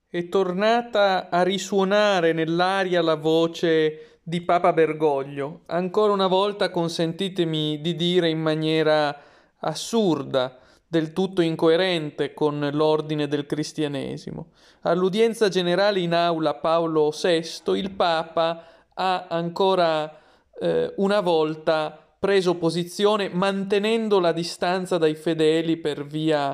È tornata a risuonare nell'aria la voce di Papa Bergoglio. Ancora una volta consentitemi di dire in maniera assurda, del tutto incoerente con l'ordine del cristianesimo. All'udienza generale in aula Paolo VI, il Papa ha ancora una volta preso posizione mantenendo la distanza dai fedeli per via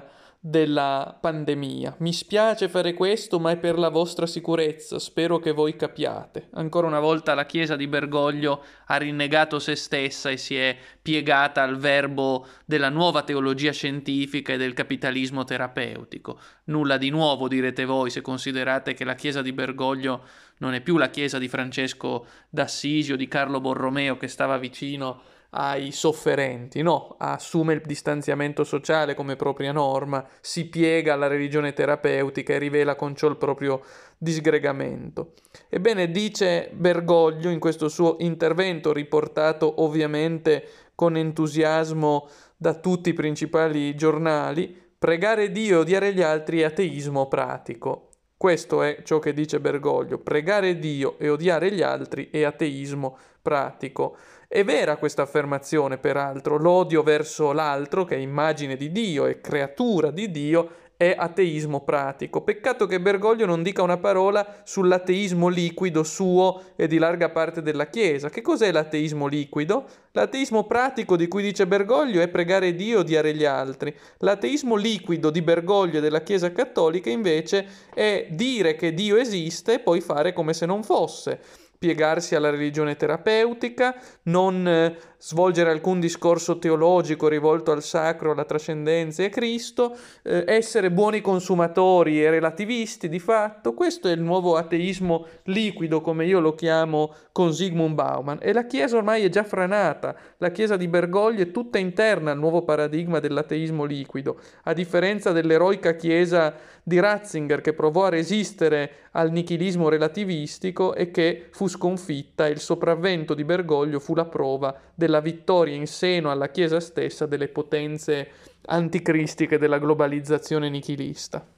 della pandemia. Mi spiace fare questo, ma è per la vostra sicurezza, spero che voi capiate. Ancora una volta la Chiesa di Bergoglio ha rinnegato se stessa e si è piegata al verbo della nuova teologia scientifica e del capitalismo terapeutico. Nulla di nuovo, direte voi, se considerate che la Chiesa di Bergoglio non è più la Chiesa di Francesco d'Assisi o di Carlo Borromeo che stava vicino ai sofferenti, no, assume il distanziamento sociale come propria norma, si piega alla religione terapeutica e rivela con ciò il proprio disgregamento. Ebbene, dice Bergoglio in questo suo intervento, riportato ovviamente con entusiasmo da tutti i principali giornali, pregare Dio e odiare gli altri è ateismo pratico. Questo è ciò che dice Bergoglio, pregare Dio e odiare gli altri è ateismo pratico. È vera questa affermazione, peraltro, l'odio verso l'altro, che è immagine di Dio, è creatura di Dio, è ateismo pratico. Peccato che Bergoglio non dica una parola sull'ateismo liquido suo e di larga parte della Chiesa. Che cos'è l'ateismo liquido? L'ateismo pratico di cui dice Bergoglio è pregare Dio e odiare gli altri. L'ateismo liquido di Bergoglio e della Chiesa cattolica invece è dire che Dio esiste e poi fare come se non fosse, piegarsi alla religione terapeutica, non svolgere alcun discorso teologico rivolto al sacro, alla trascendenza e a Cristo, essere buoni consumatori e relativisti di fatto. Questo è il nuovo ateismo liquido, come io lo chiamo con Zygmunt Bauman, e la Chiesa ormai è già franata. La Chiesa di Bergoglio è tutta interna al nuovo paradigma dell'ateismo liquido, a differenza dell'eroica Chiesa di Ratzinger che provò a resistere al nichilismo relativistico e che fu sconfitta, e il sopravvento di Bergoglio fu la prova della vittoria in seno alla Chiesa stessa delle potenze anticristiche della globalizzazione nichilista.